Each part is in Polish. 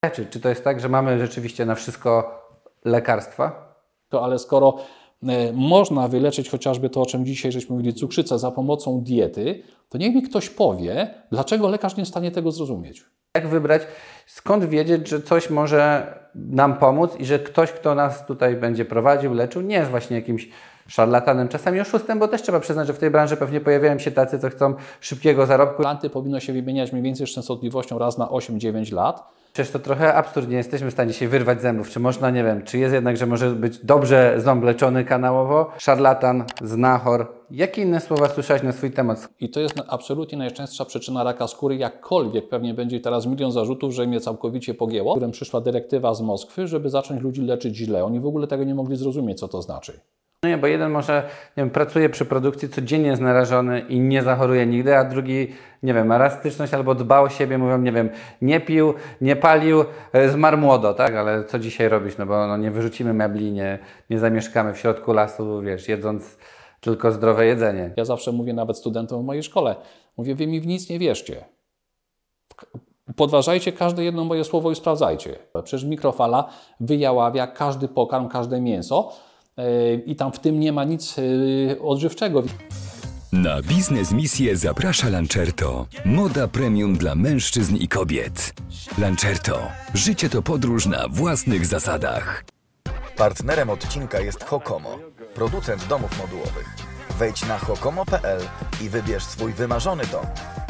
Czy to jest tak, że mamy rzeczywiście na wszystko lekarstwa? Ale skoro można wyleczyć chociażby to, o czym dzisiaj żeśmy mówili, cukrzycę za pomocą diety, to niech mi ktoś powie, dlaczego lekarz nie jest w stanie tego zrozumieć. Jak wybrać, skąd wiedzieć, że coś może nam pomóc i że ktoś, kto nas tutaj będzie prowadził, leczył, nie jest właśnie jakimś szarlatanem, czasami oszustem, bo też trzeba przyznać, że w tej branży pewnie pojawiają się tacy, co chcą szybkiego zarobku. Implanty powinno się wymieniać mniej więcej z częstotliwością raz na 8-9 lat. Przecież to trochę absurd, nie jesteśmy w stanie się wyrwać zębów. Czy można, nie wiem, czy jest jednak, że może być dobrze ząb leczony kanałowo? Szarlatan, znachor. Jakie inne słowa słyszałeś na swój temat? I to jest absolutnie najczęstsza przyczyna raka skóry, jakkolwiek pewnie będzie teraz milion zarzutów, że mnie całkowicie pogięło, którym przyszła dyrektywa z Moskwy, żeby zacząć ludzi leczyć źle. Oni w ogóle tego nie mogli zrozumieć, co to znaczy. No nie, bo jeden może, nie wiem, pracuje przy produkcji, codziennie jest narażony i nie zachoruje nigdy, a drugi, nie wiem, ma raz styczność albo dba o siebie, mówią, nie wiem, nie pił, nie palił, zmarł młodo, tak? Ale co dzisiaj robić? No bo nie wyrzucimy mebli, nie zamieszkamy w środku lasu, wiesz, jedząc tylko zdrowe jedzenie. Ja zawsze mówię nawet studentom w mojej szkole, mówię, wy mi w nic nie wierzcie. Podważajcie każde jedno moje słowo i sprawdzajcie. Przecież mikrofala wyjaławia każdy pokarm, każde mięso i tam w tym nie ma nic odżywczego. Na biznes misję zaprasza Lancerto. Moda premium dla mężczyzn i kobiet. Lancerto. Życie to podróż na własnych zasadach. Partnerem odcinka jest Hokomo, producent domów modułowych. Wejdź na hokomo.pl i wybierz swój wymarzony dom.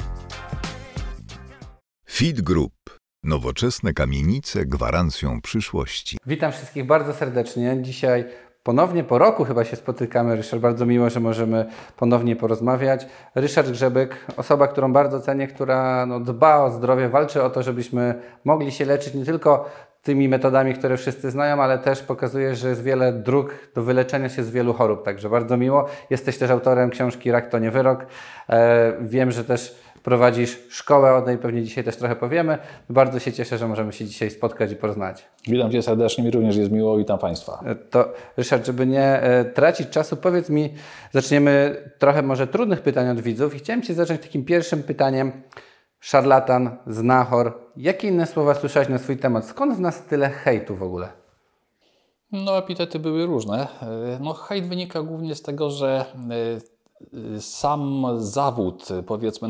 Fit Group. Nowoczesne kamienice gwarancją przyszłości. Witam wszystkich bardzo serdecznie. Dzisiaj ponownie po roku chyba się spotykamy. Ryszard, bardzo miło, że możemy ponownie porozmawiać. Ryszard Grzebyk, osoba, którą bardzo cenię, która dba o zdrowie, walczy o to, żebyśmy mogli się leczyć nie tylko tymi metodami, które wszyscy znają, ale też pokazuje, że jest wiele dróg do wyleczenia się z wielu chorób. Także bardzo miło. Jesteś też autorem książki Rak to nie wyrok. Wiem, że też prowadzisz szkołę, o niej pewnie dzisiaj też trochę powiemy. Bardzo się cieszę, że możemy się dzisiaj spotkać i porozmawiać. Witam Cię serdecznie, mi również jest miło, witam Państwa. To Ryszard, żeby nie tracić czasu, powiedz mi, zaczniemy trochę może trudnych pytań od widzów i chciałem Cię zacząć takim pierwszym pytaniem. Szarlatan, znachor. Jakie inne słowa słyszałeś na swój temat? Skąd w nas tyle hejtu w ogóle? No, epitety były różne. No, hejt wynika głównie z tego, że sam zawód, powiedzmy,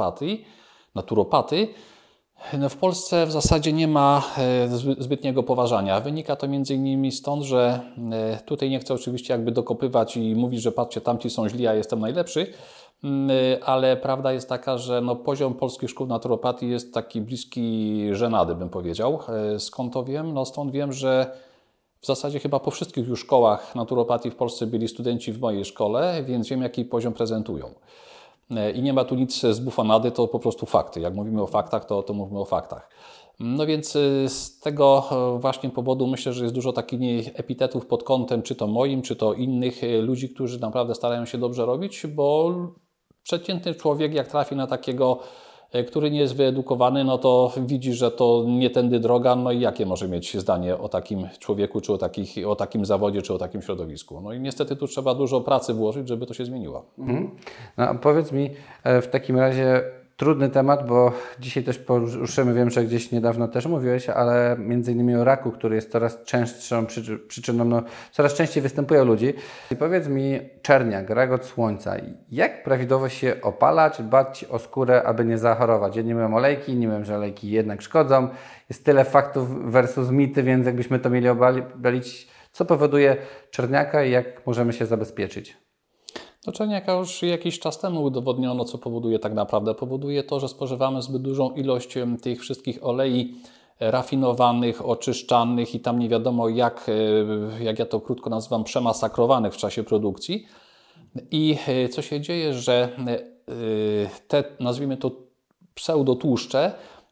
naturopaty, w Polsce w zasadzie nie ma zbytniego poważania. Wynika to m.in. stąd, że tutaj nie chcę oczywiście jakby dokopywać i mówić, że patrzcie, tamci są źli, a jestem najlepszy, ale prawda jest taka, że poziom polskich szkół naturopatii jest taki bliski żenady, bym powiedział. Skąd to wiem? No stąd wiem, że w zasadzie chyba po wszystkich już szkołach naturopatii w Polsce byli studenci w mojej szkole, więc wiem, jaki poziom prezentują. I nie ma tu nic z bufonady, to po prostu fakty. Jak mówimy o faktach, to mówimy o faktach. No więc z tego właśnie powodu myślę, że jest dużo takich epitetów pod kątem czy to moim, czy to innych ludzi, którzy naprawdę starają się dobrze robić, bo przeciętny człowiek jak trafi na takiego, który nie jest wyedukowany, no to widzi, że to nie tędy droga, no i jakie może mieć zdanie o takim człowieku, czy o takim zawodzie, czy o takim środowisku. No i niestety tu trzeba dużo pracy włożyć, żeby to się zmieniło. No, powiedz mi w takim razie trudny temat, bo dzisiaj też poruszymy, wiem, że gdzieś niedawno też mówiłeś, ale między innymi o raku, który jest coraz częstszą przyczyną, coraz częściej występuje u ludzi. I powiedz mi, czerniak, rak od słońca, jak prawidłowo się opalać, dbać o skórę, aby nie zachorować? Jedni mówią olejki, inni mówią, że olejki jednak szkodzą. Jest tyle faktów versus mity, więc jakbyśmy to mieli obalić, co powoduje czerniaka i jak możemy się zabezpieczyć? No, czerniaka już jakiś czas temu udowodniono, co powoduje tak naprawdę. Powoduje to, że spożywamy zbyt dużą ilość tych wszystkich olei rafinowanych, oczyszczanych i tam nie wiadomo jak ja to krótko nazywam, przemasakrowanych w czasie produkcji. I co się dzieje, że te, nazwijmy to, pseudotłuszcze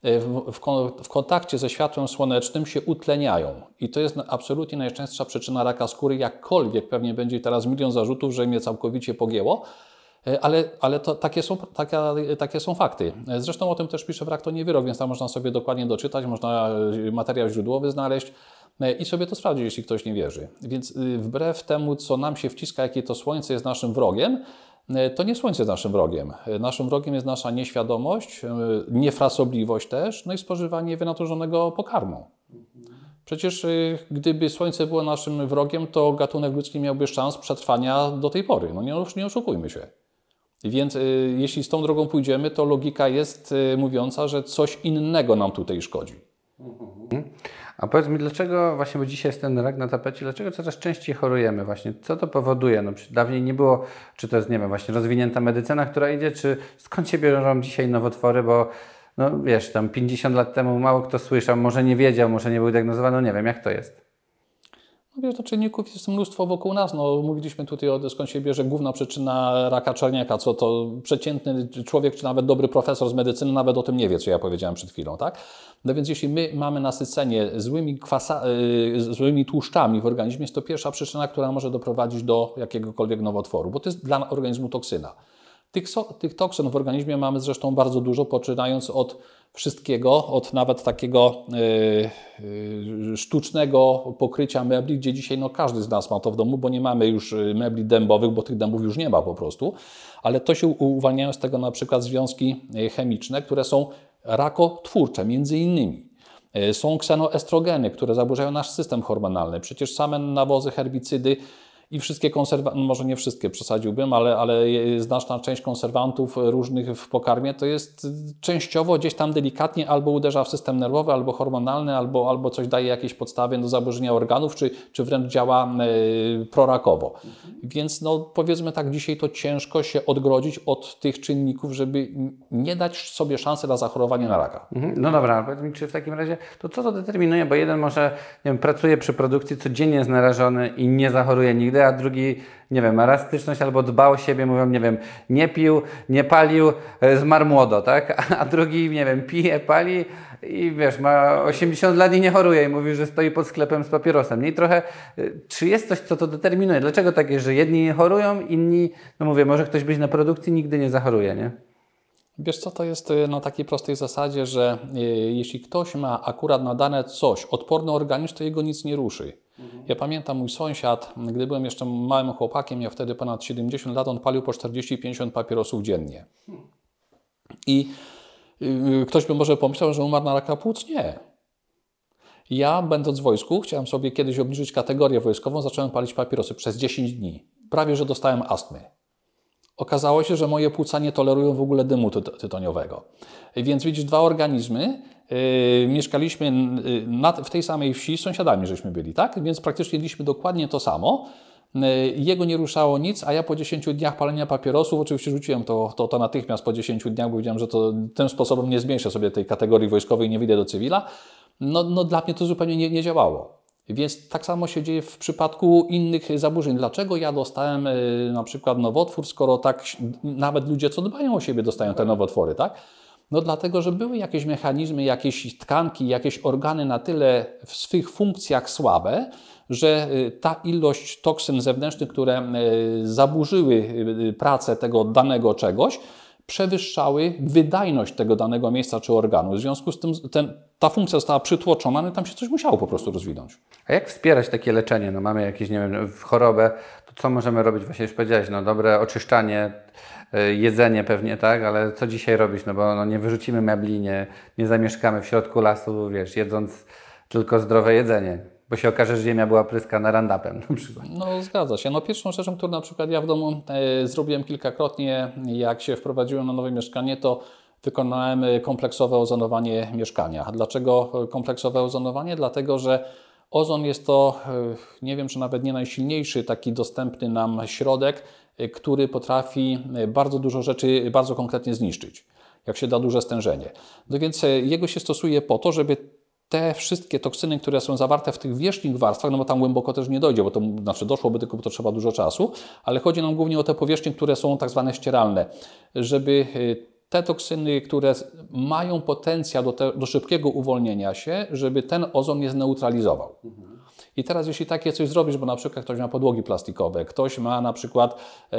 w kontakcie ze światłem słonecznym się utleniają. I to jest absolutnie najczęstsza przyczyna raka skóry, jakkolwiek pewnie będzie teraz milion zarzutów, że mnie całkowicie pogięło, ale to takie są fakty. Zresztą o tym też pisze w Rak to nie wyrok, więc tam można sobie dokładnie doczytać, można materiał źródłowy znaleźć i sobie to sprawdzić, jeśli ktoś nie wierzy. Więc wbrew temu, co nam się wciska, jakie to słońce jest naszym wrogiem, To nie słońce jest naszym wrogiem. Naszym wrogiem jest nasza nieświadomość, niefrasobliwość też, no i spożywanie wynaturzonego pokarmu. Przecież gdyby słońce było naszym wrogiem, to gatunek ludzki miałby szans przetrwania do tej pory. No nie oszukujmy się. Więc jeśli z tą drogą pójdziemy, to logika jest mówiąca, że coś innego nam tutaj szkodzi. A powiedz mi, dlaczego właśnie, bo dzisiaj jest ten rak na tapecie, dlaczego coraz częściej chorujemy właśnie? Co to powoduje? No, dawniej nie było, czy to jest, nie wiem, właśnie rozwinięta medycyna, która idzie, czy skąd się biorą dzisiaj nowotwory, bo no wiesz, tam 50 lat temu mało kto słyszał, może nie wiedział, może nie był diagnozowany, no nie wiem, jak to jest? No wiesz, to czynników jest mnóstwo wokół nas. No, mówiliśmy tutaj skąd się bierze główna przyczyna raka czerniaka, co to przeciętny człowiek, czy nawet dobry profesor z medycyny nawet o tym nie wie, co ja powiedziałem przed chwilą, tak? No więc jeśli my mamy nasycenie złymi tłuszczami w organizmie, jest to pierwsza przyczyna, która może doprowadzić do jakiegokolwiek nowotworu, bo to jest dla organizmu toksyna. Tych toksyn w organizmie mamy zresztą bardzo dużo, poczynając od wszystkiego, od nawet takiego sztucznego pokrycia mebli, gdzie dzisiaj no, każdy z nas ma to w domu, bo nie mamy już mebli dębowych, bo tych dębów już nie ma po prostu, ale to się uwalniają z tego na przykład związki chemiczne, które są rakotwórcze, między innymi. Są ksenoestrogeny, które zaburzają nasz system hormonalny. Przecież same nawozy, herbicydy i wszystkie konserwanty, no może nie wszystkie przesadziłbym, ale znaczna część konserwantów różnych w pokarmie to jest częściowo gdzieś tam delikatnie albo uderza w system nerwowy, albo hormonalny, albo coś daje jakieś podstawy do zaburzenia organów, czy wręcz działa prorakowo. Więc no, powiedzmy tak, dzisiaj to ciężko się odgrodzić od tych czynników, żeby nie dać sobie szansy na zachorowanie na raka. No dobra, powiedz mi, czy w takim razie, to co to determinuje? Bo jeden może, nie wiem, pracuje przy produkcji, codziennie jest narażony i nie zachoruje nigdy, a drugi, nie wiem, ma raz styczność albo dba o siebie, mówią, nie wiem, nie pił, nie palił, zmarł młodo, tak? A drugi, nie wiem, pije, pali i wiesz, ma 80 lat i nie choruje i mówi, że stoi pod sklepem z papierosem. Nie? I trochę, czy jest coś, co to determinuje? Dlaczego tak jest, że jedni chorują, inni, no mówię, może ktoś być na produkcji, nigdy nie zachoruje, nie? Wiesz co, to jest na takiej prostej zasadzie, że jeśli ktoś ma akurat nadane coś, odporny organizm, to jego nic nie ruszy. Ja pamiętam mój sąsiad, gdy byłem jeszcze małym chłopakiem, miał wtedy ponad 70 lat, on palił po 40-50 papierosów dziennie. I ktoś by może pomyślał, że umarł na raka płuc. Nie. Ja, będąc w wojsku, chciałem sobie kiedyś obniżyć kategorię wojskową, zacząłem palić papierosy przez 10 dni. Prawie, że dostałem astmy. Okazało się, że moje płuca nie tolerują w ogóle dymu tytoniowego. Więc widzisz, dwa organizmy, mieszkaliśmy w tej samej wsi, sąsiadami żeśmy byli, tak? Więc praktycznie jedliśmy dokładnie to samo. Jego nie ruszało nic, a ja po 10 dniach palenia papierosów, oczywiście rzuciłem to natychmiast po 10 dniach, bo wiedziałem, że to tym sposobem nie zmniejszę sobie tej kategorii wojskowej, nie wyjdę do cywila. No dla mnie to zupełnie nie działało. Więc tak samo się dzieje w przypadku innych zaburzeń. Dlaczego ja dostałem na przykład nowotwór, skoro tak nawet ludzie, co dbają o siebie, dostają te nowotwory, tak? No dlatego, że były jakieś mechanizmy, jakieś tkanki, jakieś organy na tyle w swych funkcjach słabe, że ta ilość toksyn zewnętrznych, które zaburzyły pracę tego danego czegoś, przewyższały wydajność tego danego miejsca czy organu. W związku z tym ta funkcja została przytłoczona, no i tam się coś musiało po prostu rozwinąć. A jak wspierać takie leczenie? No mamy jakieś, nie wiem, chorobę, to co możemy robić? Właśnie już powiedziałeś, no dobre oczyszczanie, jedzenie pewnie, tak? Ale co dzisiaj robić? No bo no, nie wyrzucimy mebli, nie zamieszkamy w środku lasu, wiesz, jedząc tylko zdrowe jedzenie. Bo się okaże, że ziemia była pryskana Roundupem na przykład. No zgadza się. No pierwszą rzeczą, którą na przykład ja w domu zrobiłem kilkakrotnie, jak się wprowadziłem na nowe mieszkanie, to wykonałem kompleksowe ozonowanie mieszkania. Dlaczego kompleksowe ozonowanie? Dlatego, że ozon jest to, nie wiem, czy nawet nie najsilniejszy taki dostępny nam środek, który potrafi bardzo dużo rzeczy bardzo konkretnie zniszczyć, jak się da duże stężenie. No więc jego się stosuje po to, żeby te wszystkie toksyny, które są zawarte w tych wierzchnich warstwach, no bo tam głęboko też nie dojdzie, bo to znaczy doszłoby, tylko to trzeba dużo czasu, ale chodzi nam głównie o te powierzchnie, które są tak zwane ścieralne, żeby te toksyny, które mają potencjał do szybkiego uwolnienia się, żeby ten ozon je zneutralizował. I teraz jeśli takie coś zrobisz, bo na przykład ktoś ma podłogi plastikowe, ktoś ma na przykład,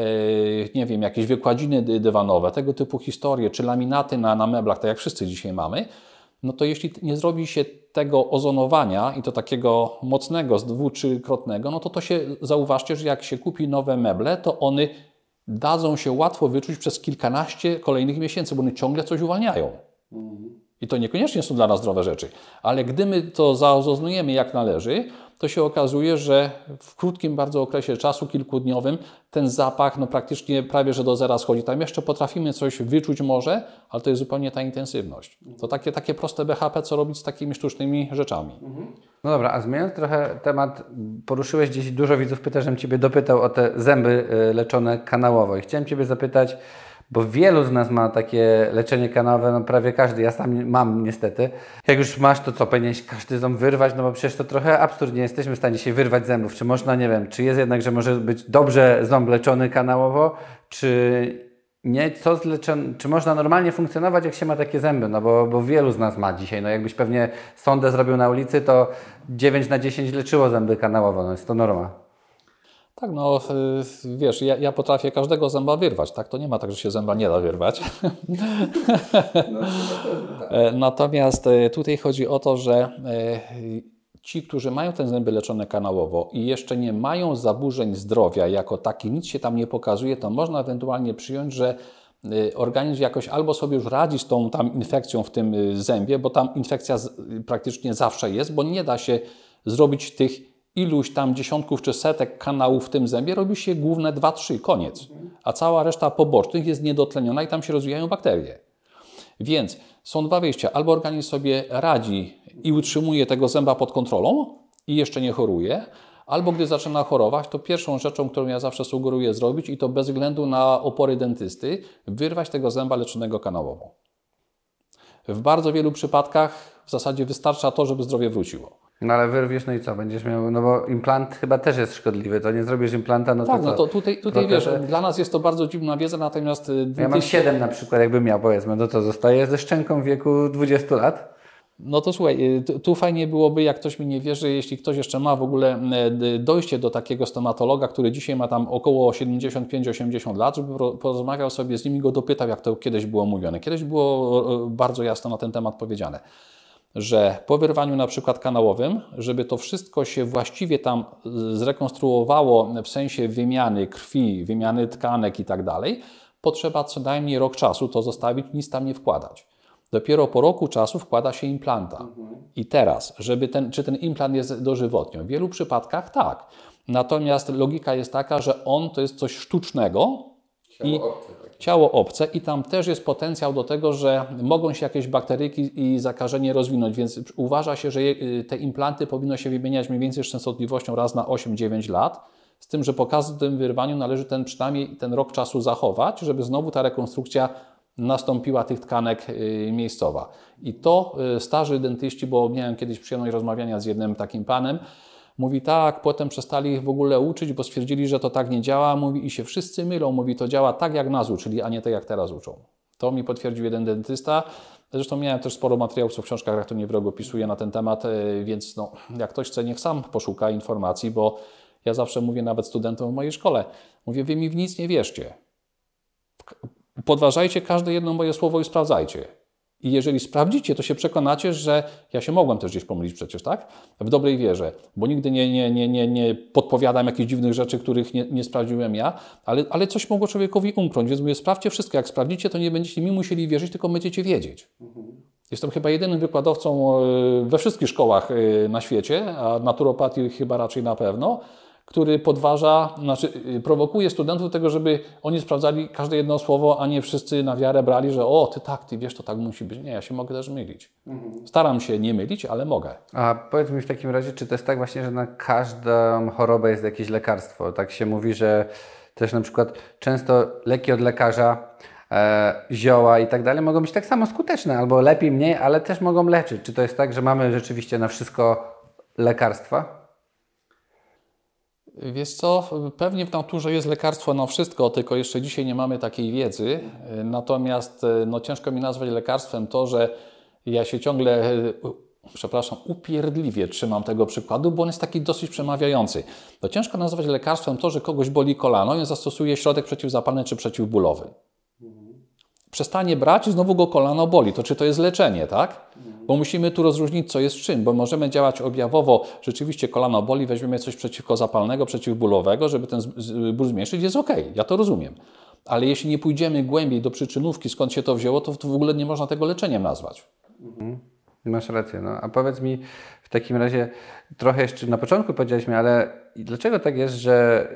nie wiem, jakieś wykładziny dywanowe, tego typu historie, czy laminaty na meblach, tak jak wszyscy dzisiaj mamy, no to jeśli nie zrobi się tego ozonowania i to takiego mocnego, dwu-trzykrotnego, no to się zauważcie, że jak się kupi nowe meble, to one dadzą się łatwo wyczuć przez kilkanaście kolejnych miesięcy, bo one ciągle coś uwalniają. I to niekoniecznie są dla nas zdrowe rzeczy. Ale gdy my to zaoznajemy jak należy, to się okazuje, że w krótkim bardzo okresie czasu, kilkudniowym, ten zapach praktycznie prawie że do zera schodzi. Tam jeszcze potrafimy coś wyczuć może, ale to jest zupełnie ta intensywność. To takie proste BHP, co robić z takimi sztucznymi rzeczami. No dobra, a zmieniając trochę temat, poruszyłeś gdzieś, dużo widzów pyta, żebym Ciebie dopytał o te zęby leczone kanałowo. I chciałem Ciebie zapytać, bo wielu z nas ma takie leczenie kanałowe, prawie każdy, ja sam mam niestety. Jak już masz, to co, powinieneś każdy ząb wyrwać, no bo przecież to trochę absurd, nie jesteśmy w stanie dzisiaj wyrwać zębów. Czy można, nie wiem, czy jest jednak, że może być dobrze ząb leczony kanałowo, czy nie, czy można normalnie funkcjonować, jak się ma takie zęby, no bo wielu z nas ma dzisiaj, no jakbyś pewnie sondę zrobił na ulicy, to 9 na 10 leczyło zęby kanałowo, no jest to norma. Tak, wiesz, ja potrafię każdego zęba wyrwać, tak? To nie ma tak, że się zęba nie da wyrwać. Natomiast tutaj chodzi o to, że ci, którzy mają te zęby leczone kanałowo i jeszcze nie mają zaburzeń zdrowia jako taki, nic się tam nie pokazuje, to można ewentualnie przyjąć, że organizm jakoś albo sobie już radzi z tą tam infekcją w tym zębie, bo tam infekcja praktycznie zawsze jest, bo nie da się zrobić tych iluś tam dziesiątków czy setek kanałów w tym zębie, robi się główne 2-3, koniec. A cała reszta pobocznych jest niedotleniona i tam się rozwijają bakterie. Więc są dwa wyjścia. Albo organizm sobie radzi i utrzymuje tego zęba pod kontrolą i jeszcze nie choruje, albo gdy zaczyna chorować, to pierwszą rzeczą, którą ja zawsze sugeruję zrobić, i to bez względu na opory dentysty, wyrwać tego zęba leczonego kanałowo. W bardzo wielu przypadkach w zasadzie wystarcza to, żeby zdrowie wróciło. No ale wyrwiesz, no i co? Będziesz miał, no bo implant chyba też jest szkodliwy, to nie zrobisz implanta, no tak, to co? No to tutaj wiesz, dla nas jest to bardzo dziwna wiedza, natomiast... Ja mam 7 na przykład, jakbym miał, powiedzmy, no to zostaje ze szczęką w wieku 20 lat. No to słuchaj, tu fajnie byłoby, jak ktoś mi nie wierzy, jeśli ktoś jeszcze ma w ogóle dojście do takiego stomatologa, który dzisiaj ma tam około 75-80 lat, żeby porozmawiał sobie z nim i go dopytał, jak to kiedyś było mówione. Kiedyś było bardzo jasno na ten temat powiedziane, że po wyrwaniu na przykład kanałowym, żeby to wszystko się właściwie tam zrekonstruowało w sensie wymiany krwi, wymiany tkanek i tak dalej, potrzeba co najmniej rok czasu to zostawić, nic tam nie wkładać. Dopiero po roku czasu wkłada się implanta. I teraz, czy ten implant jest dożywotnią? W wielu przypadkach tak. Natomiast logika jest taka, że on to jest coś sztucznego i ciało obce i tam też jest potencjał do tego, że mogą się jakieś bakteryjki i zakażenie rozwinąć, więc uważa się, że te implanty powinno się wymieniać mniej więcej z częstotliwością raz na 8-9 lat, z tym, że po każdym wyrwaniu należy przynajmniej ten rok czasu zachować, żeby znowu ta rekonstrukcja nastąpiła tych tkanek miejscowa. I to starzy dentyści, bo miałem kiedyś przyjemność rozmawiania z jednym takim panem, mówi tak, potem przestali ich w ogóle uczyć, bo stwierdzili, że to tak nie działa, mówi i się wszyscy mylą, mówi to działa tak jak nas uczyli, a nie tak jak teraz uczą. To mi potwierdził jeden dentysta. Zresztą miałem też sporo materiałów, co w książkach, jak to nie wrogo opisuję na ten temat, więc jak ktoś chce, niech sam poszuka informacji, bo ja zawsze mówię nawet studentom w mojej szkole, mówię, wy mi w nic nie wierzcie. Podważajcie każde jedno moje słowo i sprawdzajcie. I jeżeli sprawdzicie, to się przekonacie, że ja się mogłem też gdzieś pomylić przecież, tak? W dobrej wierze, bo nigdy nie podpowiadam jakichś dziwnych rzeczy, których nie sprawdziłem ja, ale coś mogło człowiekowi umknąć, więc mówię, sprawdźcie wszystko. Jak sprawdzicie, to nie będziecie mi musieli wierzyć, tylko będziecie wiedzieć. Jestem chyba jedynym wykładowcą we wszystkich szkołach na świecie, a naturopatii chyba raczej na pewno, który prowokuje studentów do tego, żeby oni sprawdzali każde jedno słowo, a nie wszyscy na wiarę brali, że ty wiesz, to tak musi być. Nie, ja się mogę też mylić. Staram się nie mylić, ale mogę. A powiedz mi w takim razie, czy to jest tak właśnie, że na każdą chorobę jest jakieś lekarstwo? Tak się mówi, że też na przykład często leki od lekarza, zioła i tak dalej mogą być tak samo skuteczne, albo lepiej, mniej, ale też mogą leczyć. Czy to jest tak, że mamy rzeczywiście na wszystko lekarstwa? Wiesz co, pewnie w naturze jest lekarstwo na wszystko, tylko jeszcze dzisiaj nie mamy takiej wiedzy. Natomiast ciężko mi nazwać lekarstwem to, że ja się ciągle, upierdliwie trzymam tego przykładu, bo on jest taki dosyć przemawiający. To ciężko nazwać lekarstwem to, że kogoś boli kolano i on zastosuje środek przeciwzapalny czy przeciwbólowy. Przestanie brać i znowu go kolano boli. To czy to jest leczenie, tak? Bo musimy tu rozróżnić, co jest czym, bo możemy działać objawowo, rzeczywiście kolano boli, weźmiemy coś przeciwkozapalnego, przeciwbólowego, żeby ten ból zmniejszyć, jest ok, ja to rozumiem. Ale jeśli nie pójdziemy głębiej do przyczynówki, skąd się to wzięło, to w ogóle nie można tego leczeniem nazwać. Masz rację. No. A powiedz mi w takim razie, trochę jeszcze na początku powiedzieliśmy, ale dlaczego tak jest, że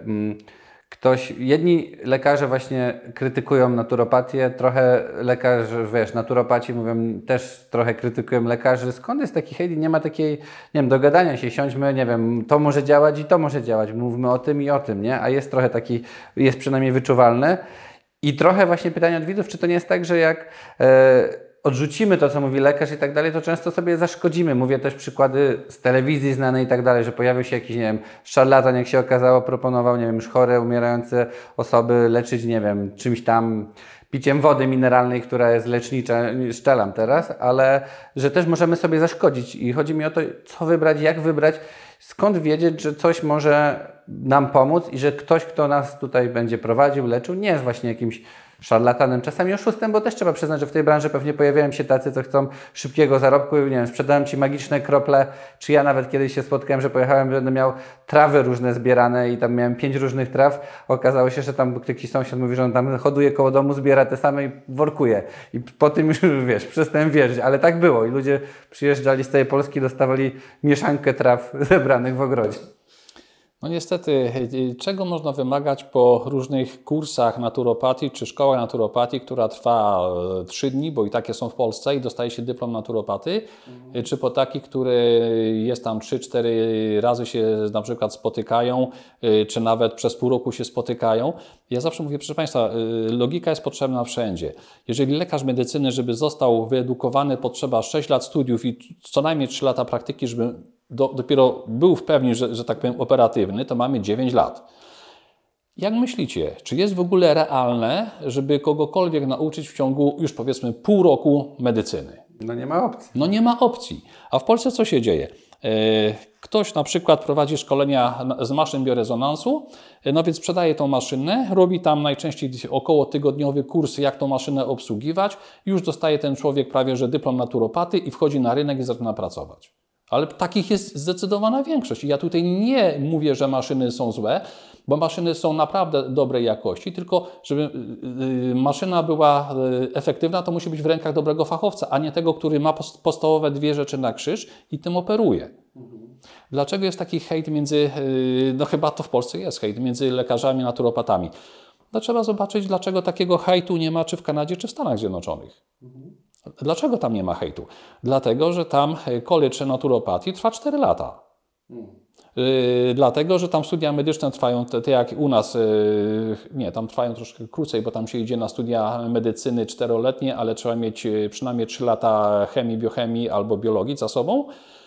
jedni lekarze właśnie krytykują naturopatię, trochę lekarze, naturopaci mówią, też trochę krytykują lekarzy. Skąd jest taki hejt? Nie ma takiej, nie wiem, dogadania się, siądźmy, nie wiem, to może działać i to może działać, mówmy o tym i o tym, nie? A jest trochę taki, jest przynajmniej wyczuwalny. I trochę właśnie pytanie od widzów, czy to nie jest tak, że jak odrzucimy to, co mówi lekarz i tak dalej, to często sobie zaszkodzimy. Mówię też przykłady z telewizji znanej i tak dalej, że pojawił się jakiś, nie wiem, szarlatan, jak się okazało, proponował, nie wiem, już chore, umierające osoby leczyć, nie wiem, czymś tam, piciem wody mineralnej, która jest lecznicza, szczelam teraz, ale że też możemy sobie zaszkodzić i chodzi mi o to, co wybrać, jak wybrać, skąd wiedzieć, że coś może nam pomóc i że ktoś, kto nas tutaj będzie prowadził, leczył, nie jest właśnie jakimś szarlatanem, czasami oszustem, bo też trzeba przyznać, że w tej branży pewnie pojawiają się tacy, co chcą szybkiego zarobku i nie wiem, sprzedałem Ci magiczne krople, czy ja nawet kiedyś się spotkałem, że pojechałem, będę miał trawy różne zbierane i tam miałem 5 różnych traw, okazało się, że tam jakiś sąsiad mówi, że on tam hoduje koło domu, zbiera te same i workuje i po tym już, wiesz, przestałem wierzyć, ale tak było i ludzie przyjeżdżali z całej Polski, dostawali mieszankę traw zebranych w ogrodzie. No niestety, czego można wymagać po różnych kursach naturopatii czy szkołach naturopatii, która trwa 3 dni, bo i takie są w Polsce i dostaje się dyplom naturopaty, czy po takich, które jest tam 3-4 razy się na przykład spotykają, czy nawet przez pół roku się spotykają. Ja zawsze mówię, proszę Państwa, logika jest potrzebna wszędzie. Jeżeli lekarz medycyny, żeby został wyedukowany, potrzeba 6 lat studiów i co najmniej 3 lata praktyki, żeby dopiero był w pełni, że tak powiem, operatywny, to mamy 9 lat. Jak myślicie, czy jest w ogóle realne, żeby kogokolwiek nauczyć w ciągu już powiedzmy pół roku medycyny? No nie ma opcji. No nie ma opcji. A w Polsce co się dzieje? Ktoś na przykład prowadzi szkolenia z maszyn biorezonansu, no więc sprzedaje tą maszynę, robi tam najczęściej około tygodniowy kurs, jak tą maszynę obsługiwać, już dostaje ten człowiek prawie że dyplom naturopaty i wchodzi na rynek i zaczyna pracować. Ale takich jest zdecydowana większość. I ja tutaj nie mówię, że maszyny są złe, bo maszyny są naprawdę dobrej jakości, tylko żeby maszyna była efektywna, to musi być w rękach dobrego fachowca, a nie tego, który ma podstawowe 2 rzeczy na krzyż i tym operuje. Dlaczego jest taki hejt między, no chyba to w Polsce jest hejt, między lekarzami, naturopatami? No trzeba zobaczyć, dlaczego takiego hejtu nie ma czy w Kanadzie, czy w Stanach Zjednoczonych. Dlaczego tam nie ma hejtu? Dlatego, że tam college naturopatii trwa 4 lata. Dlatego, że tam studia medyczne trwają, te jak u nas, nie, tam trwają troszkę krócej, bo tam się idzie na studia medycyny 4-letnie, ale trzeba mieć przynajmniej 3 lata chemii, biochemii albo biologii za sobą.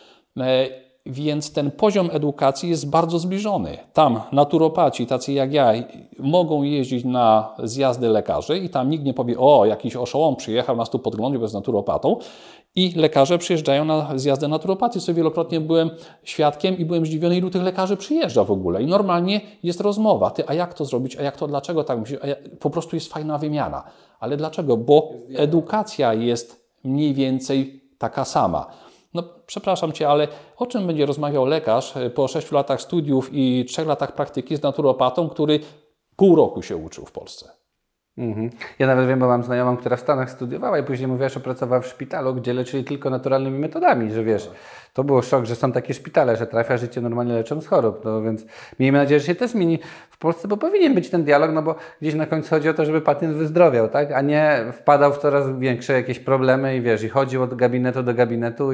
Więc ten poziom edukacji jest bardzo zbliżony. Tam naturopaci, tacy jak ja, mogą jeździć na zjazdy lekarzy i tam nikt nie powie, o, jakiś oszołom przyjechał, nas tu podglądał, bo jest naturopatą. I lekarze przyjeżdżają na zjazdy naturopatii, co wielokrotnie byłem świadkiem i byłem zdziwiony, ilu tych lekarzy przyjeżdża w ogóle. I normalnie jest rozmowa, ty, a jak to zrobić, a jak to, dlaczego tak myślisz, po prostu jest fajna wymiana. Ale dlaczego? Bo edukacja jest mniej więcej taka sama. No przepraszam Cię, ale o czym będzie rozmawiał lekarz po 6 latach studiów i 3 latach praktyki z naturopatą, który pół roku się uczył w Polsce? Ja nawet wiem, bo mam znajomą, która w Stanach studiowała i później mówiła, że pracowała w szpitalu, gdzie leczyli tylko naturalnymi metodami, że wiesz, to było szok, że są takie szpitale, że trafia życie normalnie leczą z chorób, no więc miejmy nadzieję, że się to zmieni w Polsce, bo powinien być ten dialog, no bo gdzieś na końcu chodzi o to, żeby pacjent wyzdrowiał, tak, a nie wpadał w coraz większe jakieś problemy i wiesz, i chodził od gabinetu do gabinetu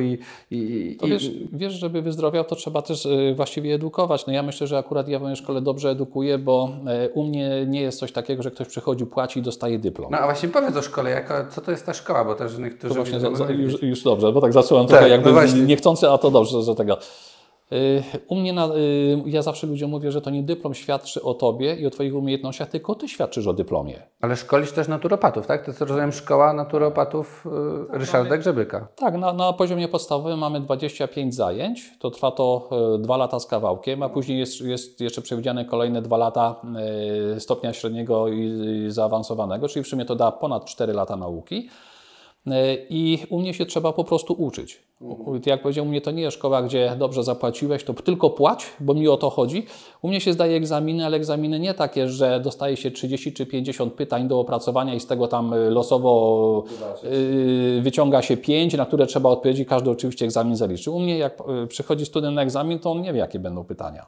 Wiesz, żeby wyzdrowiał, to trzeba też właściwie edukować. No ja myślę, że akurat ja w mojej szkole dobrze edukuję, bo u mnie nie jest coś takiego, że ktoś przychodzi, płaci i dostaje dyplom. No a właśnie powiedz o szkole, co to jest ta szkoła, bo też niektórzy... To właśnie już dobrze, bo tak zacząłem trochę jakby niechcący, a to dobrze, że tego... U mnie, ja zawsze ludziom mówię, że to nie dyplom świadczy o Tobie i o Twoich umiejętnościach, tylko Ty świadczysz o dyplomie. Ale szkolisz też naturopatów, tak? To jest, rozumiem, szkoła naturopatów Ryszarda Grzebyka. Tak, na poziomie podstawowym mamy 25 zajęć, to trwa to 2 lata z kawałkiem, a później jest jeszcze przewidziane kolejne 2 lata stopnia średniego i zaawansowanego, czyli w sumie to da ponad 4 lata nauki. I u mnie się trzeba po prostu uczyć. Jak powiedział, u mnie to nie jest szkoła, gdzie dobrze zapłaciłeś, to tylko płać, bo mi o to chodzi. U mnie się zdaje egzaminy, ale egzaminy nie takie, że dostaje się 30 czy 50 pytań do opracowania i z tego tam losowo wyciąga się 5, na które trzeba odpowiedzieć. Każdy oczywiście egzamin zaliczy. U mnie jak przychodzi student na egzamin, to on nie wie, jakie będą pytania.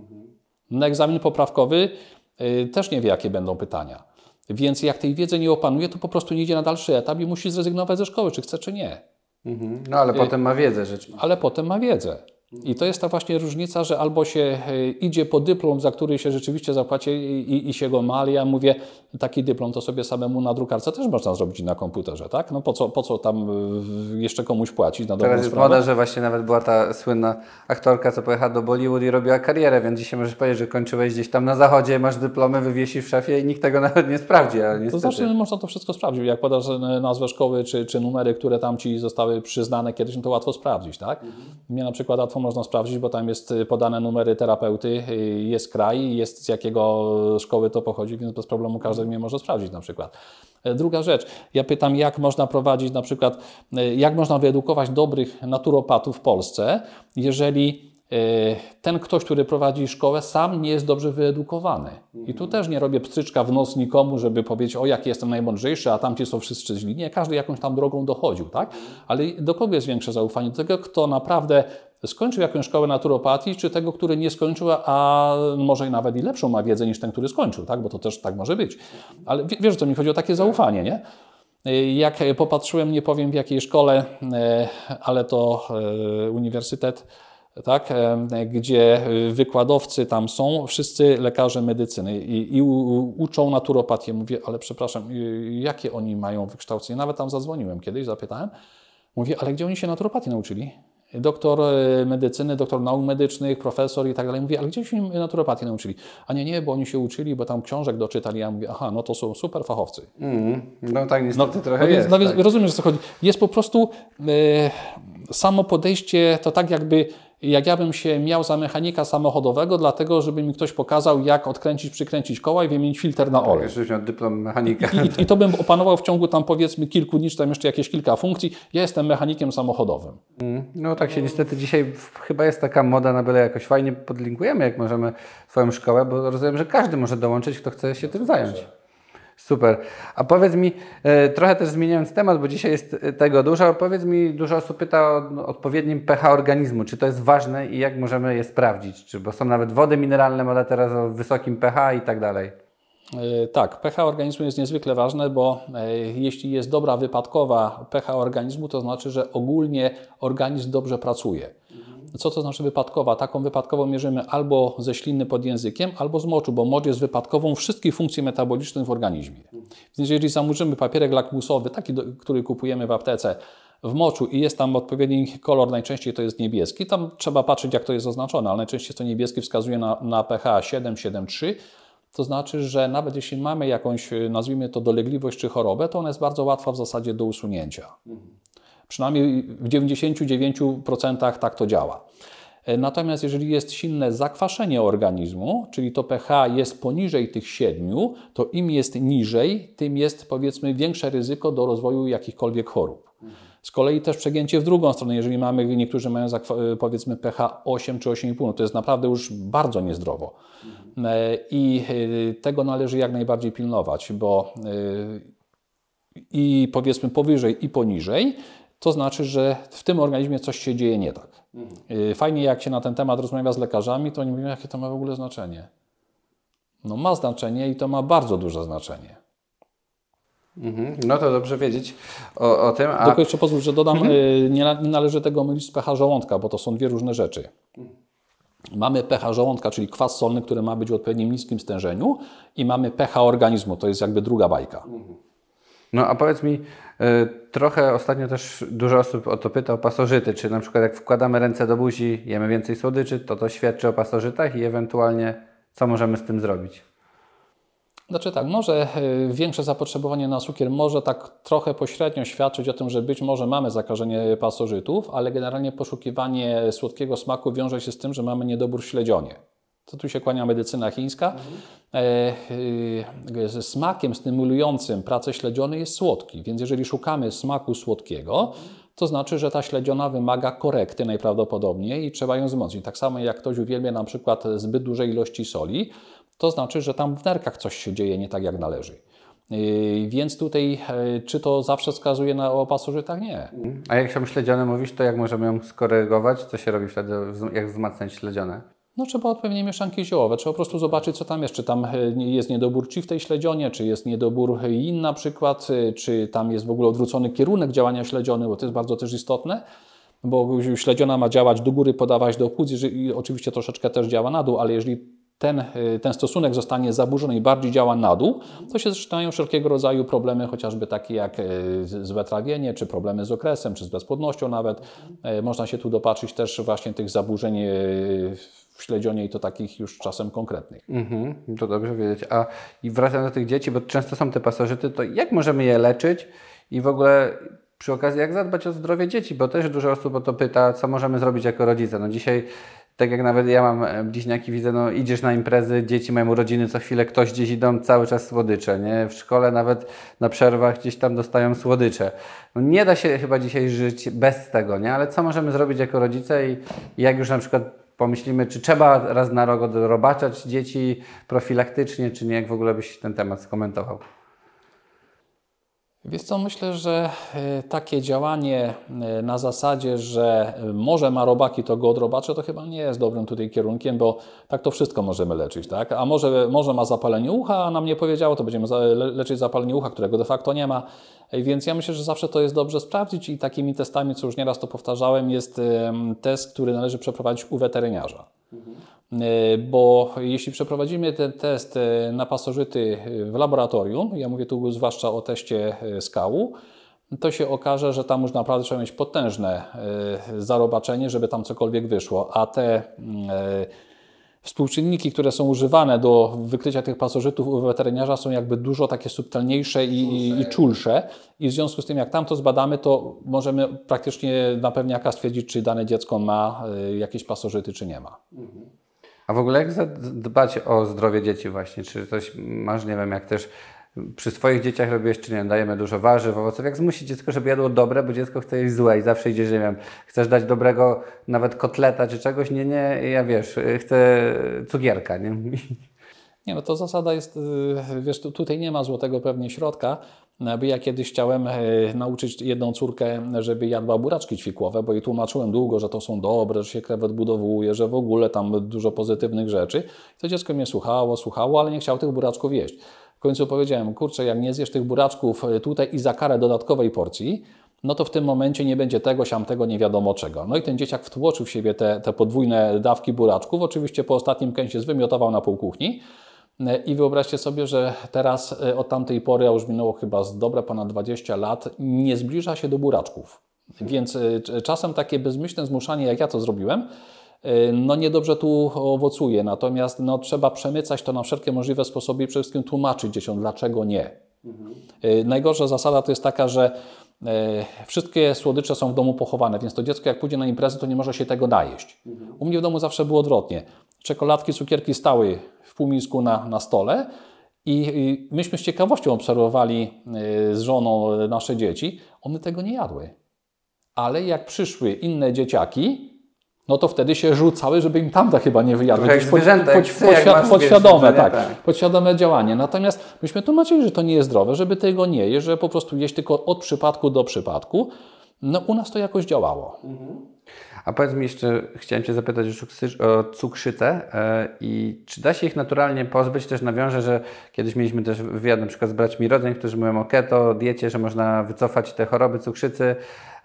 Na egzamin poprawkowy też nie wie, jakie będą pytania. Więc jak tej wiedzy nie opanuje, to po prostu nie idzie na dalszy etap i musi zrezygnować ze szkoły, czy chce, czy nie. No ale potem ma wiedzę rzeczywiście. Ale potem ma wiedzę. I to jest ta właśnie różnica, że albo się idzie po dyplom, za który się rzeczywiście zapłaci i się go ma, ale ja mówię, taki dyplom to sobie samemu na drukarce też można zrobić na komputerze, tak? No po co tam jeszcze komuś płacić na dobrą Teraz jest sprawę? moda, że właśnie nawet była ta słynna aktorka, co pojechała do Bollywood i robiła karierę, więc dzisiaj możesz powiedzieć, że kończyłeś gdzieś tam na zachodzie, masz dyplomy, wywiesisz w szafie i nikt tego nawet nie sprawdzi, ale To niestety. znaczy można to wszystko sprawdzić. Jak podasz nazwę szkoły czy numery, które tam Ci zostały przyznane kiedyś, no to łatwo sprawdzić, tak? Mnie na przykład łatwo można sprawdzić, bo tam jest podane numery terapeuty, jest kraj, jest z jakiego szkoły to pochodzi, więc bez problemu każdy mnie może sprawdzić na przykład. Druga rzecz, ja pytam, jak można prowadzić na przykład, jak można wyedukować dobrych naturopatów w Polsce, jeżeli ten ktoś, który prowadzi szkołę, sam nie jest dobrze wyedukowany. I tu też nie robię pstryczka w nos nikomu, żeby powiedzieć, o jaki jestem najmądrzejszy, a tamci są wszyscy źli. Nie, każdy jakąś tam drogą dochodził, tak? Ale do kogo jest większe zaufanie? Do tego, kto naprawdę skończył jakąś szkołę naturopatii, czy tego, który nie skończył, a może i nawet i lepszą ma wiedzę niż ten, który skończył, tak? Bo to też tak może być. Ale wiesz, o co mi chodzi? O takie zaufanie, nie? Jak popatrzyłem, nie powiem w jakiej szkole, ale to uniwersytet, tak, gdzie wykładowcy tam są, wszyscy lekarze medycyny i uczą naturopatię. Mówię, ale przepraszam, jakie oni mają wykształcenie? Nawet tam zadzwoniłem kiedyś, zapytałem. Mówię, ale gdzie oni się naturopatii nauczyli? Doktor medycyny, doktor nauk medycznych, profesor i tak dalej. Mówię, ale gdzie się naturopatii nauczyli? A nie, bo oni się uczyli, bo tam książek doczytali. Ja mówię, aha, no to są super fachowcy. No tak niestety trochę jest. No więc tak. rozumiesz, o co chodzi. Jest po prostu samo podejście, to tak jakby, jak ja bym się miał za mechanika samochodowego, dlatego żeby mi ktoś pokazał, jak odkręcić, przykręcić koła i wymienić filtr na olej. Już miał dyplom mechanika. I to bym opanował w ciągu tam powiedzmy kilku dni, czy tam jeszcze jakieś kilka funkcji. Ja jestem mechanikiem samochodowym. No tak się niestety dzisiaj chyba jest taka moda na byle jakoś fajnie podlinkujemy, jak możemy swoją szkołę, bo rozumiem, że każdy może dołączyć, kto chce się tym zająć. Super. A powiedz mi, trochę też zmieniając temat, bo dzisiaj jest tego dużo, powiedz mi, dużo osób pyta o odpowiednim pH organizmu. Czy to jest ważne i jak możemy je sprawdzić? Bo są nawet wody mineralne, moda teraz o wysokim pH i tak dalej. Tak, pH organizmu jest niezwykle ważne, bo jeśli jest dobra wypadkowa pH organizmu, to znaczy, że ogólnie organizm dobrze pracuje. Co to znaczy wypadkowa? Taką wypadkową mierzymy albo ze śliny pod językiem, albo z moczu, bo mocz jest wypadkową wszystkich funkcji metabolicznych w organizmie. Więc jeżeli zamurzymy papierek lakmusowy, taki, który kupujemy w aptece, w moczu i jest tam odpowiedni kolor, najczęściej to jest niebieski, tam trzeba patrzeć, jak to jest oznaczone, ale najczęściej jest to niebieski, wskazuje na pH 7, 7,3. To znaczy, że nawet jeśli mamy jakąś, nazwijmy to, dolegliwość czy chorobę, to ona jest bardzo łatwa w zasadzie do usunięcia. Przynajmniej w 99% tak to działa. Natomiast jeżeli jest silne zakwaszenie organizmu, czyli to pH jest poniżej tych 7, to im jest niżej, tym jest powiedzmy większe ryzyko do rozwoju jakichkolwiek chorób. Z kolei też przegięcie w drugą stronę, jeżeli mamy, niektórzy mają powiedzmy pH 8 czy 8,5, to jest naprawdę już bardzo niezdrowo. I tego należy jak najbardziej pilnować, bo i powiedzmy powyżej i poniżej, to znaczy, że w tym organizmie coś się dzieje nie tak. Fajnie, jak się na ten temat rozmawia z lekarzami, to oni mówią, jakie to ma w ogóle znaczenie. No ma znaczenie i to ma bardzo duże znaczenie. No to dobrze wiedzieć o tym. Tylko jeszcze pozwól, że dodam, nie należy tego mylić z pH żołądka, bo to są dwie różne rzeczy. Mamy pH żołądka, czyli kwas solny, który ma być w odpowiednim niskim stężeniu i mamy pH organizmu, to jest jakby druga bajka. No a powiedz mi, trochę ostatnio też dużo osób o to pyta, o pasożyty. Czy na przykład jak wkładamy ręce do buzi, jemy więcej słodyczy, to świadczy o pasożytach i ewentualnie co możemy z tym zrobić? Znaczy tak, może większe zapotrzebowanie na cukier może tak trochę pośrednio świadczyć o tym, że być może mamy zakażenie pasożytów, ale generalnie poszukiwanie słodkiego smaku wiąże się z tym, że mamy niedobór śledzionie. To tu się kłania medycyna chińska. Smakiem stymulującym pracę śledziony jest słodki, więc jeżeli szukamy smaku słodkiego, to znaczy, że ta śledziona wymaga korekty najprawdopodobniej i trzeba ją wzmocnić. Tak samo jak ktoś uwielbia na przykład zbyt dużej ilości soli, to znaczy, że tam w nerkach coś się dzieje nie tak jak należy. Więc tutaj, czy to zawsze wskazuje na pasożytach? Nie. A jak się śledzione mówisz, to jak możemy ją skorygować? Co się robi wtedy, jak wzmacniać śledzione? No trzeba odpowiednie mieszanki ziołowe, trzeba po prostu zobaczyć, co tam jest, czy tam jest niedobór chi w tej śledzionie, czy jest niedobór yin na przykład, czy tam jest w ogóle odwrócony kierunek działania śledziony, bo to jest bardzo też istotne, bo śledziona ma działać do góry, podawać do płuc i oczywiście troszeczkę też działa na dół, ale jeżeli ten stosunek zostanie zaburzony i bardziej działa na dół, to się zaczynają wszelkiego rodzaju problemy, chociażby takie jak złe trawienie, czy problemy z okresem, czy z bezpłodnością nawet. Można się tu dopatrzyć też właśnie tych zaburzeń w śledzionie i to takich już czasem konkretnych. To dobrze wiedzieć. I wracając do tych dzieci, bo często są te pasożyty, to jak możemy je leczyć i w ogóle przy okazji jak zadbać o zdrowie dzieci, bo też dużo osób o to pyta, co możemy zrobić jako rodzice. No dzisiaj, tak jak nawet ja mam bliźniaki, widzę, no idziesz na imprezy, dzieci mają urodziny, co chwilę ktoś gdzieś idą, cały czas słodycze, nie? W szkole nawet na przerwach gdzieś tam dostają słodycze. No nie da się chyba dzisiaj żyć bez tego, nie? Ale co możemy zrobić jako rodzice i jak już na przykład pomyślimy, czy trzeba raz na rok odrobaczać dzieci profilaktycznie, czy nie, jak w ogóle byś ten temat skomentował? Wiesz co, myślę, że takie działanie na zasadzie, że może ma robaki, to go odrobaczę, to chyba nie jest dobrym tutaj kierunkiem, bo tak to wszystko możemy leczyć, tak? A może ma zapalenie ucha, a nam nie powiedziało, to będziemy leczyć zapalenie ucha, którego de facto nie ma. Więc ja myślę, że zawsze to jest dobrze sprawdzić i takimi testami, co już nieraz to powtarzałem, jest test, który należy przeprowadzić u weteryniarza. Bo jeśli przeprowadzimy ten test na pasożyty w laboratorium, ja mówię tu zwłaszcza o teście skału, to się okaże, że tam już naprawdę trzeba mieć potężne zarobaczenie, żeby tam cokolwiek wyszło, a te współczynniki, które są używane do wykrycia tych pasożytów u weteryniarza są jakby dużo takie subtelniejsze i czulsze. I w związku z tym, jak tam to zbadamy, to możemy praktycznie na pewniaka stwierdzić, czy dane dziecko ma jakieś pasożyty, czy nie ma. A w ogóle jak zadbać o zdrowie dzieci właśnie? Czy coś masz, nie wiem, jak też przy swoich dzieciach robisz, czy nie wiem, dajemy dużo warzyw, owoców. Jak zmusić dziecko, żeby jadło dobre, bo dziecko chce jeść złe i zawsze idziesz, nie wiem, chcesz dać dobrego nawet kotleta czy czegoś, nie, ja wiesz, chcę cukierka, nie? Nie, no to zasada jest, wiesz, tutaj nie ma złotego pewnie środka, bo ja kiedyś chciałem nauczyć jedną córkę, żeby jadła buraczki ćwikłowe, bo jej tłumaczyłem długo, że to są dobre, że się krewet budowuje, że w ogóle tam dużo pozytywnych rzeczy. To dziecko mnie słuchało, ale nie chciało tych buraczków jeść. W końcu powiedziałem, kurczę, jak nie zjesz tych buraczków tutaj i za karę dodatkowej porcji, no to w tym momencie nie będzie tego, siamtego, nie wiadomo czego. No i ten dzieciak wtłoczył w siebie te podwójne dawki buraczków. Oczywiście po ostatnim kęsie zwymiotował na pół kuchni. I wyobraźcie sobie, że teraz od tamtej pory, a już minęło chyba z dobre ponad 20 lat, nie zbliża się do buraczków. Więc czasem takie bezmyślne zmuszanie, jak ja to zrobiłem, no niedobrze tu owocuje. Natomiast no, trzeba przemycać to na wszelkie możliwe sposoby i przede wszystkim tłumaczyć dzieciom, dlaczego nie. Najgorsza zasada to jest taka, że wszystkie słodycze są w domu pochowane, więc to dziecko jak pójdzie na imprezę, to nie może się tego najeść. U mnie w domu zawsze było odwrotnie. Czekoladki, cukierki stały w półmisku na stole i myśmy z ciekawością obserwowali z żoną nasze dzieci. One tego nie jadły. Ale jak przyszły inne dzieciaki, no to wtedy się rzucały, żeby im tamte chyba nie wyjadły. Podświadome, tak. Podświadome działanie. Natomiast myśmy tłumaczyli, że to nie jest zdrowe, żeby tego nie jeść, że po prostu jeść tylko od przypadku do przypadku. No u nas to jakoś działało. A powiedz mi jeszcze, chciałem Cię zapytać o cukrzycę i czy da się ich naturalnie pozbyć? Też nawiążę, że kiedyś mieliśmy też wywiad na przykład z braćmi Rodzeń, którzy mówią o keto, diecie, że można wycofać te choroby cukrzycy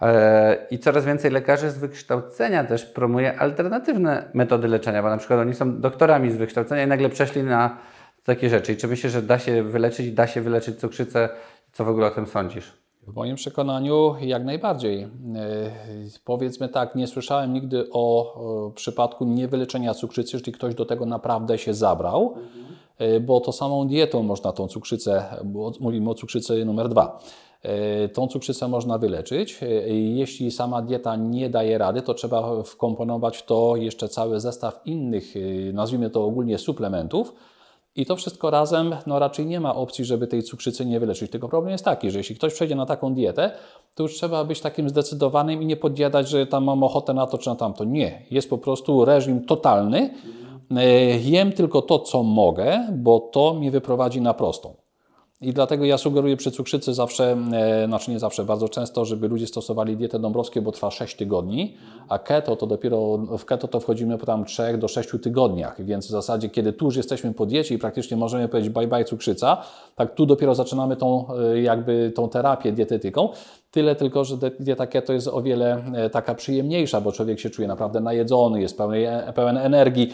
i coraz więcej lekarzy z wykształcenia też promuje alternatywne metody leczenia, bo na przykład oni są doktorami z wykształcenia i nagle przeszli na takie rzeczy. I czy myślisz, że da się wyleczyć cukrzycę? Co w ogóle o tym sądzisz? W moim przekonaniu jak najbardziej. Powiedzmy tak, nie słyszałem nigdy o przypadku niewyleczenia cukrzycy, jeśli ktoś do tego naprawdę się zabrał, bo to samą dietą można tą cukrzycę, bo mówimy o cukrzycy numer 2, Tą cukrzycę można wyleczyć. Jeśli sama dieta nie daje rady, to trzeba wkomponować w to jeszcze cały zestaw innych, nazwijmy to ogólnie suplementów. I to wszystko razem, no raczej nie ma opcji, żeby tej cukrzycy nie wyleczyć. Tylko problem jest taki, że jeśli ktoś przejdzie na taką dietę, to już trzeba być takim zdecydowanym i nie podjadać, że tam mam ochotę na to czy na tamto. Nie. Jest po prostu reżim totalny. Jem tylko to, co mogę, bo to mnie wyprowadzi na prostą. I dlatego ja sugeruję przy cukrzycy zawsze, znaczy nie zawsze, bardzo często, żeby ludzie stosowali dietę dąbrowską, bo trwa 6 tygodni, a keto to dopiero, w keto to wchodzimy po tam 3 do 6 tygodniach, więc w zasadzie, kiedy tu już jesteśmy po diecie i praktycznie możemy powiedzieć bye bye cukrzyca, tak tu dopiero zaczynamy tą terapię dietetyką. Tyle tylko, że dieta keto jest o wiele taka przyjemniejsza, bo człowiek się czuje naprawdę najedzony, jest pełen energii.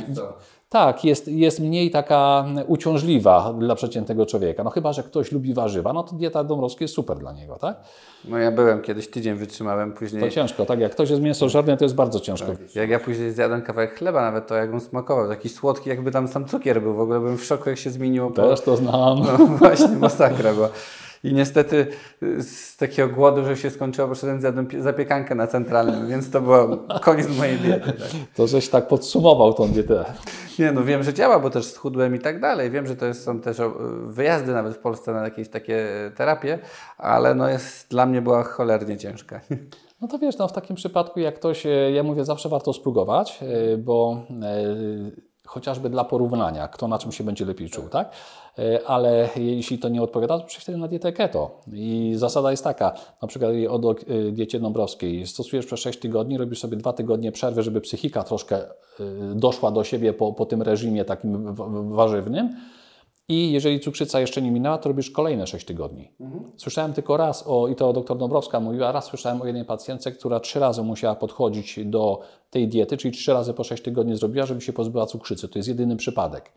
Tak, jest mniej taka uciążliwa dla przeciętnego człowieka. No chyba że ktoś lubi warzywa, no to dieta dąbrowska jest super dla niego, tak? No ja byłem kiedyś, tydzień wytrzymałem, później... To ciężko, tak? Jak ktoś jest mięsożerny, to jest bardzo ciężko. Tak. Jak ja później zjadłem kawałek chleba, nawet to jak on smakował, taki słodki, jakby tam sam cukier był. W ogóle byłem w szoku, jak się zmieniło. Też to znam. No właśnie, masakra była. I niestety z takiego głodu, że się skończyło, poszedłem zjadłem zapiekankę na centralnym, więc to był koniec mojej diety. Tak. To żeś tak podsumował tą dietę. Nie, no wiem, że działa, bo też schudłem i tak dalej. Wiem, że to są też wyjazdy nawet w Polsce na jakieś takie terapie, ale no dla mnie była cholernie ciężka. No to wiesz, no w takim przypadku jak ktoś, ja mówię, zawsze warto spróbować, bo chociażby dla porównania, kto na czym się będzie lepiej czuł, tak? Ale jeśli to nie odpowiada, to przejść wtedy na dietę keto. I zasada jest taka, na przykład o diecie dąbrowskiej, stosujesz przez 6 tygodni, robisz sobie 2 tygodnie przerwy, żeby psychika troszkę doszła do siebie po tym reżimie takim warzywnym. I jeżeli cukrzyca jeszcze nie minęła, to robisz kolejne 6 tygodni. Słyszałem tylko raz, i to dr Dąbrowska mówiła, raz słyszałem o jednej pacjentce, która 3 razy musiała podchodzić do tej diety, czyli 3 razy po 6 tygodni zrobiła, żeby się pozbyła cukrzycy. To jest jedyny przypadek.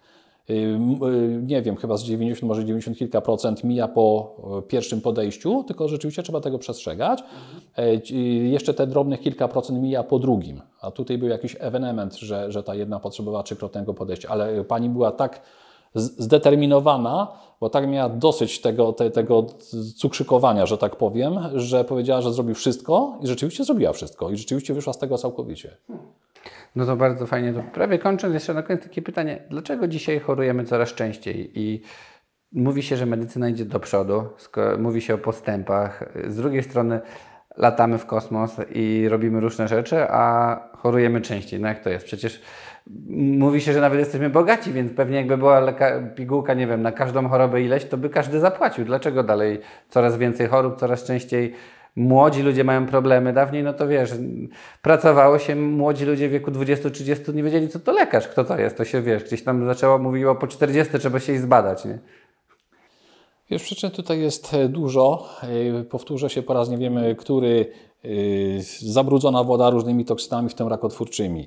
Nie wiem, chyba z 90, może 90 kilka procent mija po pierwszym podejściu, tylko rzeczywiście trzeba tego przestrzegać. Jeszcze te drobnych kilka procent mija po drugim, a tutaj był jakiś ewenement, że ta jedna potrzebowała 3-krotnego podejścia, ale pani była tak zdeterminowana, bo tak miała dosyć tego cukrzykowania, że tak powiem, że powiedziała, że zrobi wszystko i rzeczywiście zrobiła wszystko i rzeczywiście wyszła z tego całkowicie. No to bardzo fajnie. To prawie kończąc, jeszcze na koniec takie pytanie. Dlaczego dzisiaj chorujemy coraz częściej? I mówi się, że medycyna idzie do przodu, mówi się o postępach. Z drugiej strony latamy w kosmos i robimy różne rzeczy, a chorujemy częściej. No jak to jest? Przecież mówi się, że nawet jesteśmy bogaci, więc pewnie jakby była pigułka, nie wiem, na każdą chorobę ileś, to by każdy zapłacił. Dlaczego dalej coraz więcej chorób, coraz częściej młodzi ludzie mają problemy? Dawniej, no to wiesz, pracowało się, młodzi ludzie w wieku 20-30 nie wiedzieli, co to lekarz, kto to jest. To się, wiesz, gdzieś tam mówiło po 40 trzeba się ich zbadać, nie? Wiesz, przyczyn tutaj jest dużo. Powtórzę się po raz nie wiemy, który. Zabrudzona woda różnymi toksynami, w tym rakotwórczymi.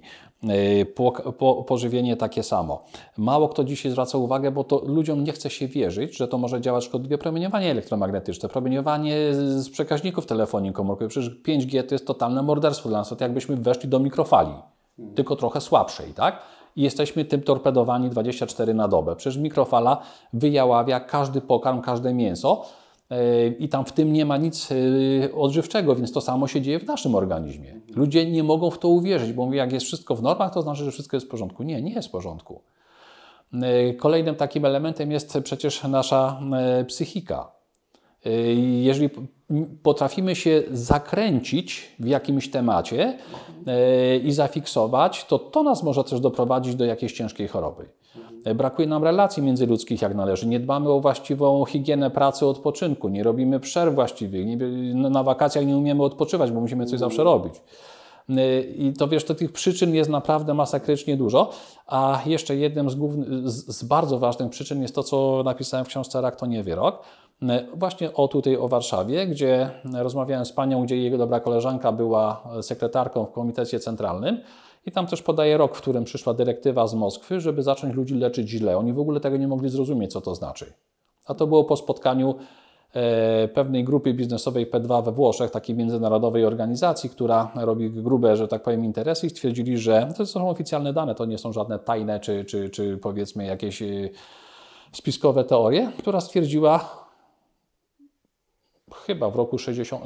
Pożywienie takie samo. Mało kto dzisiaj zwraca uwagę, bo to ludziom nie chce się wierzyć, że to może działać szkodliwie promieniowanie elektromagnetyczne, promieniowanie z przekaźników telefonii komórkowej. Przecież 5G to jest totalne morderstwo dla nas. To jakbyśmy weszli do mikrofali, tylko trochę słabszej, tak? I jesteśmy tym torpedowani 24 na dobę. Przecież mikrofala wyjaławia każdy pokarm, każde mięso i tam w tym nie ma nic odżywczego, więc to samo się dzieje w naszym organizmie. Ludzie nie mogą w to uwierzyć, bo mówią, jak jest wszystko w normach, to znaczy, że wszystko jest w porządku. Nie, nie jest w porządku. Kolejnym takim elementem jest przecież nasza psychika. Jeżeli potrafimy się zakręcić w jakimś temacie i zafiksować, to nas może też doprowadzić do jakiejś ciężkiej choroby. Brakuje nam relacji międzyludzkich jak należy, nie dbamy o właściwą higienę pracy, odpoczynku, nie robimy przerw właściwych, na wakacjach nie umiemy odpoczywać, bo musimy coś zawsze robić. I to wiesz, to tych przyczyn jest naprawdę masakrycznie dużo, a jeszcze jednym z bardzo ważnych przyczyn jest to, co napisałem w książce Rak to nie wyrok. Właśnie tutaj o Warszawie, gdzie rozmawiałem z panią, gdzie jego dobra koleżanka była sekretarką w komitecie centralnym i tam też podaje rok, w którym przyszła dyrektywa z Moskwy, żeby zacząć ludzi leczyć źle. Oni w ogóle tego nie mogli zrozumieć, co to znaczy. A to było po spotkaniu pewnej grupy biznesowej P2 we Włoszech, takiej międzynarodowej organizacji, która robi grube, że tak powiem, interesy i stwierdzili, że to są oficjalne dane, to nie są żadne tajne czy powiedzmy jakieś spiskowe teorie, która stwierdziła chyba w roku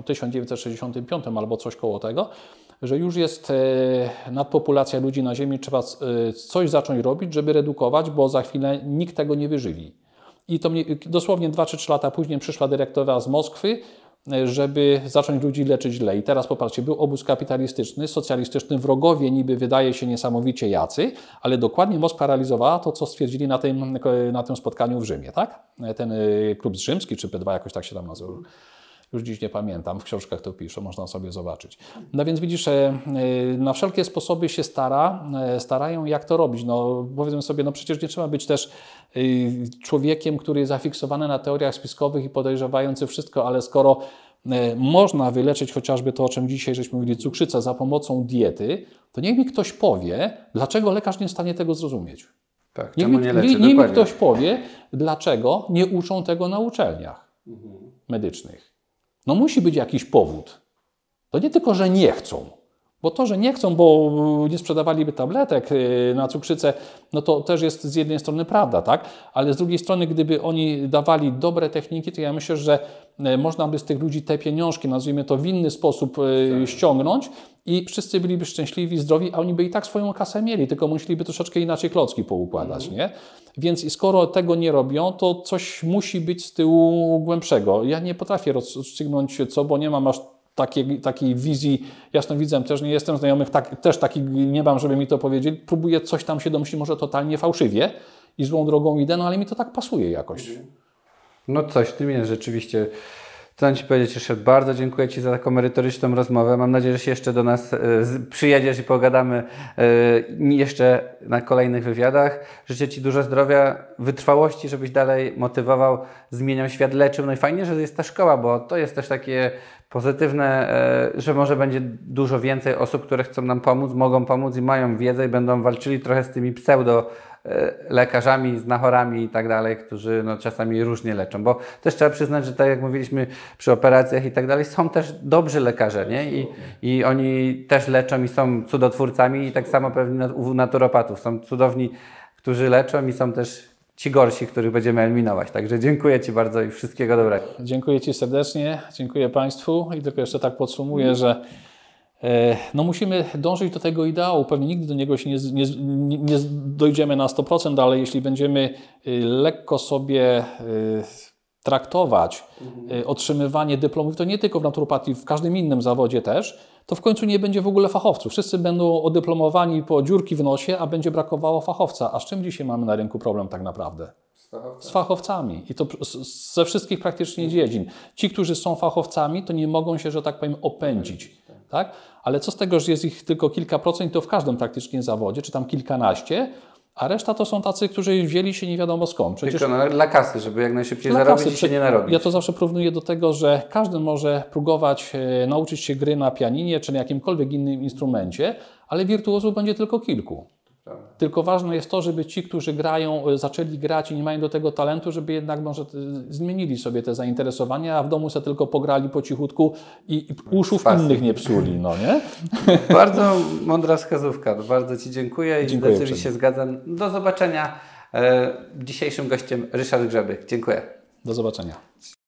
1965 albo coś koło tego, że już jest nadpopulacja ludzi na Ziemi, trzeba coś zacząć robić, żeby redukować, bo za chwilę nikt tego nie wyżywi. I to dosłownie 2 czy 3 lata później przyszła dyrektora z Moskwy, żeby zacząć ludzi leczyć źle. I teraz popatrzcie, był obóz kapitalistyczny, socjalistyczny, wrogowie niby wydaje się niesamowicie jacy, ale dokładnie Moskwa realizowała to, co stwierdzili na tym spotkaniu w Rzymie, tak? Ten klub rzymski, czy P2, jakoś tak się tam nazywał. Już dziś nie pamiętam, w książkach to piszę, można sobie zobaczyć. No więc widzisz, na wszelkie sposoby się starają jak to robić. No powiedzmy sobie, no przecież nie trzeba być też człowiekiem, który jest zafiksowany na teoriach spiskowych i podejrzewający wszystko, ale skoro można wyleczyć chociażby to, o czym dzisiaj żeśmy mówili, cukrzycę za pomocą diety, to niech mi ktoś powie, dlaczego lekarz nie jest w stanie tego zrozumieć. Tak, Niech czemu nie leczy? mi ktoś powie, dlaczego nie uczą tego na uczelniach medycznych. No musi być jakiś powód. To nie tylko, że nie chcą. Bo to, że nie chcą, bo nie sprzedawaliby tabletek na cukrzycę, no to też jest z jednej strony prawda, tak? Ale z drugiej strony, gdyby oni dawali dobre techniki, to ja myślę, że można by z tych ludzi te pieniążki, nazwijmy to w inny sposób, ściągnąć i wszyscy byliby szczęśliwi, zdrowi, a oni by i tak swoją kasę mieli, tylko musieliby troszeczkę inaczej klocki poukładać, nie? Więc skoro tego nie robią, to coś musi być z tyłu głębszego. Ja nie potrafię rozstrzygnąć co, bo nie mam aż takiej wizji jasnowidzem, też nie jestem znajomych, też takich nie mam, żeby mi to powiedzieli. Próbuję coś tam się domyślić, może totalnie fałszywie i złą drogą idę, no ale mi to tak pasuje jakoś. No coś w tym jest rzeczywiście. Co mam Ci powiedzieć, Ryszard? Bardzo dziękuję Ci za taką merytoryczną rozmowę. Mam nadzieję, że się jeszcze do nas przyjedziesz i pogadamy jeszcze na kolejnych wywiadach. Życzę Ci dużo zdrowia, wytrwałości, żebyś dalej motywował, zmieniał świat, leczył. No i fajnie, że jest ta szkoła, bo to jest też takie pozytywne, że może będzie dużo więcej osób, które chcą nam pomóc, mogą pomóc i mają wiedzę i będą walczyli trochę z tymi pseudo lekarzami, znachorami i tak dalej, którzy no, czasami różnie leczą, bo też trzeba przyznać, że tak jak mówiliśmy przy operacjach i tak dalej, są też dobrzy lekarze, nie? I oni też leczą i są cudotwórcami i tak samo pewnie u naturopatów są cudowni, którzy leczą i są też ci gorsi, których będziemy eliminować. Także dziękuję Ci bardzo i wszystkiego dobrego. Dziękuję Ci serdecznie, dziękuję Państwu i tylko jeszcze tak podsumuję, że no musimy dążyć do tego ideału. Pewnie nigdy do niego się nie dojdziemy na 100%, ale jeśli będziemy lekko sobie traktować otrzymywanie dyplomów, to nie tylko w naturopatii, w każdym innym zawodzie też, to w końcu nie będzie w ogóle fachowców. Wszyscy będą odyplomowani po dziurki w nosie, a będzie brakowało fachowca. A z czym dzisiaj mamy na rynku problem tak naprawdę? Z fachowcami. I to ze wszystkich praktycznie dziedzin. Ci, którzy są fachowcami, to nie mogą się, że tak powiem, opędzić. Tak? Ale co z tego, że jest ich tylko kilka procent, to w każdym praktycznie zawodzie, czy tam kilkanaście, a reszta to są tacy, którzy wzięli się nie wiadomo skąd. Przecież tylko dla kasy, żeby jak najszybciej zarobić i się nie narobić. Ja to zawsze porównuję do tego, że każdy może próbować nauczyć się gry na pianinie, czy na jakimkolwiek innym instrumencie, ale wirtuozów będzie tylko kilku. Tylko ważne jest to, żeby ci, którzy grają, zaczęli grać i nie mają do tego talentu, żeby jednak może zmienili sobie te zainteresowania, a w domu sobie tylko pograli po cichutku i uszów innych nie psuli, no nie? Bardzo mądra wskazówka. Bardzo Ci dziękuję i zdecydowanie się zgadzam. Do zobaczenia. Dzisiejszym gościem Ryszard Grzebyk. Dziękuję. Do zobaczenia.